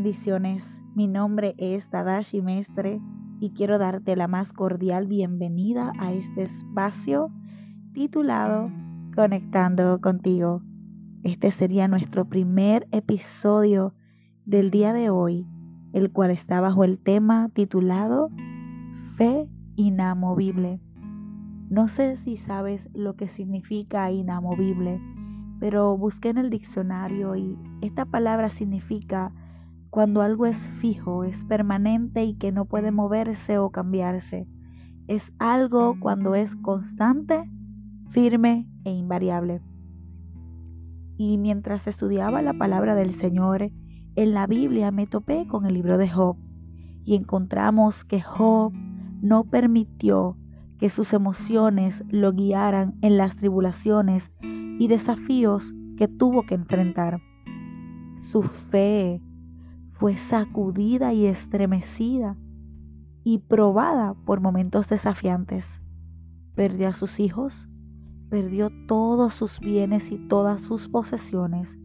Bendiciones, mi nombre es Tadashi Mestre y quiero darte la más cordial bienvenida a este espacio titulado Conectando contigo. Este sería nuestro primer episodio del día de hoy, el cual está bajo el tema titulado Fe inamovible. No sé si sabes lo que significa inamovible, pero busqué en el diccionario y esta palabra significa cuando algo es fijo, es permanente y que no puede moverse o cambiarse. Es algo cuando es constante, firme e invariable. Y mientras estudiaba la palabra del Señor, en la Biblia me topé con el libro de Job y encontramos que Job no permitió que sus emociones lo guiaran en las tribulaciones y desafíos que tuvo que enfrentar. Su fe fue sacudida y estremecida y probada por momentos desafiantes. Perdió a sus hijos, perdió todos sus bienes y todas sus posesiones.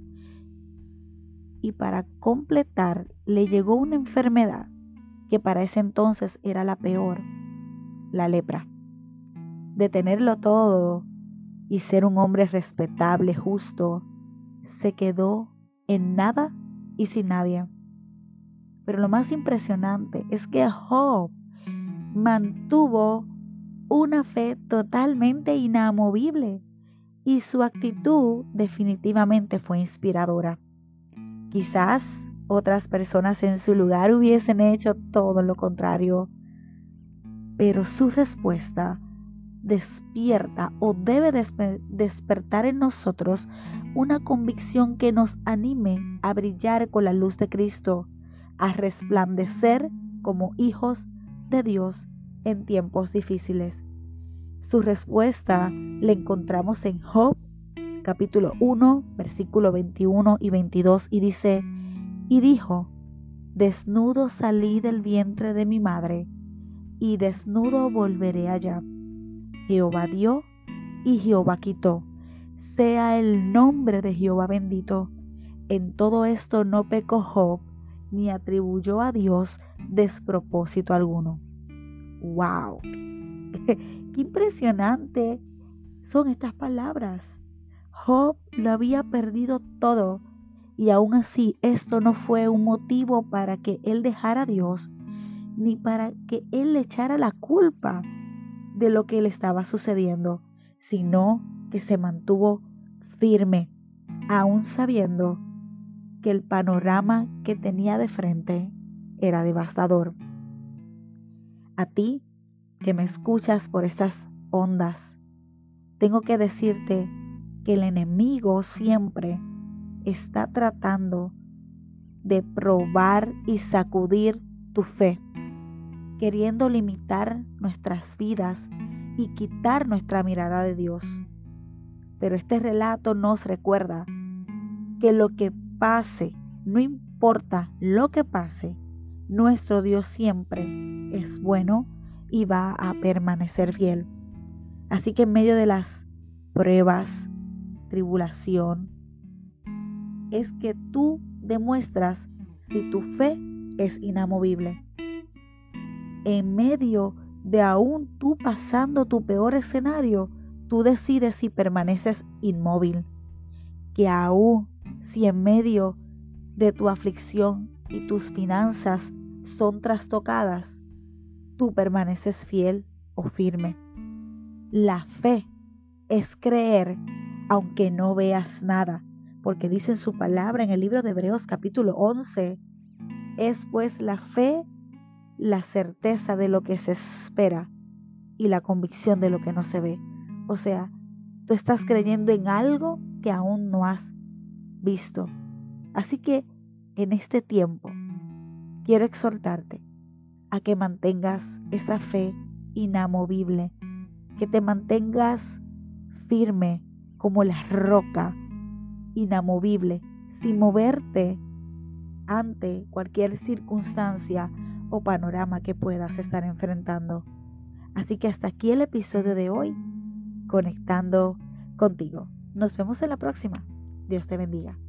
Y para completar, le llegó una enfermedad que para ese entonces era la peor, la lepra. De tenerlo todo y ser un hombre respetable, justo, se quedó en nada y sin nadie. Pero lo más impresionante es que Job mantuvo una fe totalmente inamovible y su actitud definitivamente fue inspiradora. Quizás otras personas en su lugar hubiesen hecho todo lo contrario, pero su respuesta despierta o debe despertar en nosotros una convicción que nos anime a brillar con la luz de Cristo, a resplandecer como hijos de Dios en tiempos difíciles. Su respuesta la encontramos en Job, capítulo 1, versículo 21 y 22, y dice: y dijo, desnudo salí del vientre de mi madre, y desnudo volveré allá. Jehová dio y Jehová quitó. Sea el nombre de Jehová bendito. En todo esto no pecó Job, ni atribuyó a Dios despropósito alguno. ¡Wow! ¡Qué impresionante son estas palabras! Job lo había perdido todo y aún así esto no fue un motivo para que él dejara a Dios, ni para que él le echara la culpa de lo que le estaba sucediendo, sino que se mantuvo firme, aún sabiendo que el panorama que tenía de frente era devastador. A ti que me escuchas por estas ondas, tengo que decirte que el enemigo siempre está tratando de probar y sacudir tu fe, queriendo limitar nuestras vidas y quitar nuestra mirada de Dios. Pero este relato nos recuerda que lo que pase, no importa lo que pase, nuestro Dios siempre es bueno y va a permanecer fiel. Así que en medio de las pruebas, tribulación, es que tú demuestras si tu fe es inamovible. En medio de aún tú pasando tu peor escenario, tú decides si permaneces inmóvil. Que aún si en medio de tu aflicción y tus finanzas son trastocadas, tú permaneces fiel o firme. La fe es creer aunque no veas nada, porque dice en su palabra en el libro de Hebreos capítulo 11, es pues la fe la certeza de lo que se espera y la convicción de lo que no se ve. O sea, tú estás creyendo en algo que aún no has visto. Así que en este tiempo quiero exhortarte a que mantengas esa fe inamovible, que te mantengas firme como la roca, inamovible, sin moverte ante cualquier circunstancia o panorama que puedas estar enfrentando. Así que hasta aquí el episodio de hoy, Conectando contigo. Nos vemos en la próxima. Dios te bendiga.